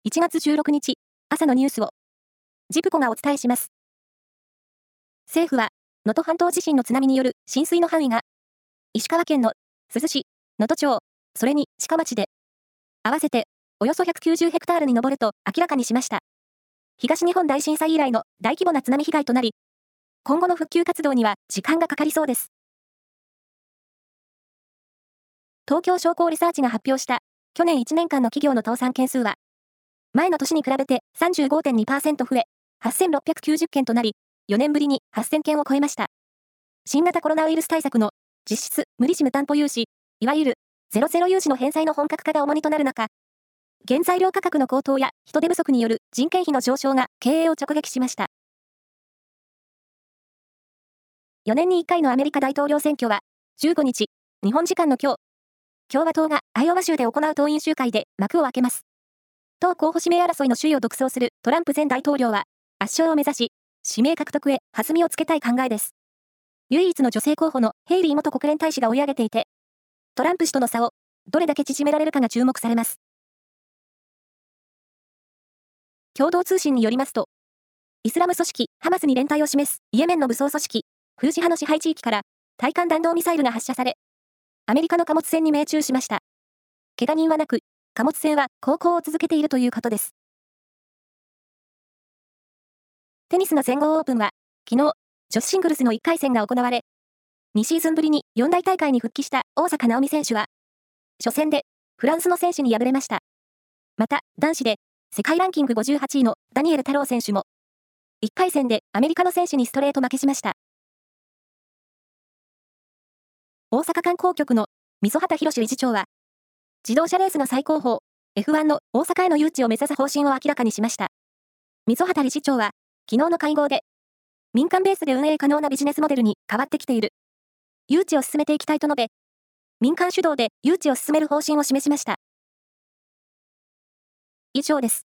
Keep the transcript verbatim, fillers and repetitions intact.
いちがつじゅうろくにち、朝のニュースを、ジプコがお伝えします。政府は、能登半島地震の津波による浸水の範囲が、石川県の珠洲市、能登町、それに志賀町で、合わせておよそひゃくきゅうじゅうヘクタールに上ると明らかにしました。東日本大震災以来の大規模な津波被害となり、今後の復旧活動には時間がかかりそうです。東京商工リサーチが発表した去年いちねんかんの企業の倒産件数は、前の年に比べて さんじゅうごてんにパーセント 増え、はっせんろっぴゃくきゅうじゅっけんとなり、よねんぶりにはっせんけんを超えました。新型コロナウイルス対策の実質無利子無担保融資、いわゆるゼロゼロ融資の返済の本格化が重荷となる中、原材料価格の高騰や人手不足による人件費の上昇が経営を直撃しました。よねんにいっかいのアメリカ大統領選挙はじゅうごにち、日本時間の今日、共和党がアイオワ州で行う党員集会で幕を開けます。党候補指名争いの首位を独走するトランプ前大統領は圧勝を目指し、指名獲得へ弾みをつけたい考えです。唯一の女性候補のヘイリー元国連大使が追い上げていて、トランプ氏との差をどれだけ縮められるかが注目されます。共同通信によりますと、イスラム組織ハマスに連帯を示すイエメンの武装組織フーシ派の支配地域から対艦弾道ミサイルが発射され、アメリカの貨物船に命中しました。怪我人はなく、貨物船は航行を続けているということです。テニスの全豪オープンは、昨日、女子シングルスのいっかいせんが行われ、にシーズンぶりによん大大会に復帰した大坂なおみ選手は、初戦でフランスの選手に敗れました。また、男子で世界ランキングごじゅうはちいのダニエル太郎選手も、いっかいせんでアメリカの選手にストレート負けしました。大阪観光局の溝端博理事長は、自動車レースの最高峰、エフワン の大阪への誘致を目指す方針を明らかにしました。溝端理事長は、昨日の会合で、民間ベースで運営可能なビジネスモデルに変わってきている。誘致を進めていきたいと述べ、民間主導で誘致を進める方針を示しました。以上です。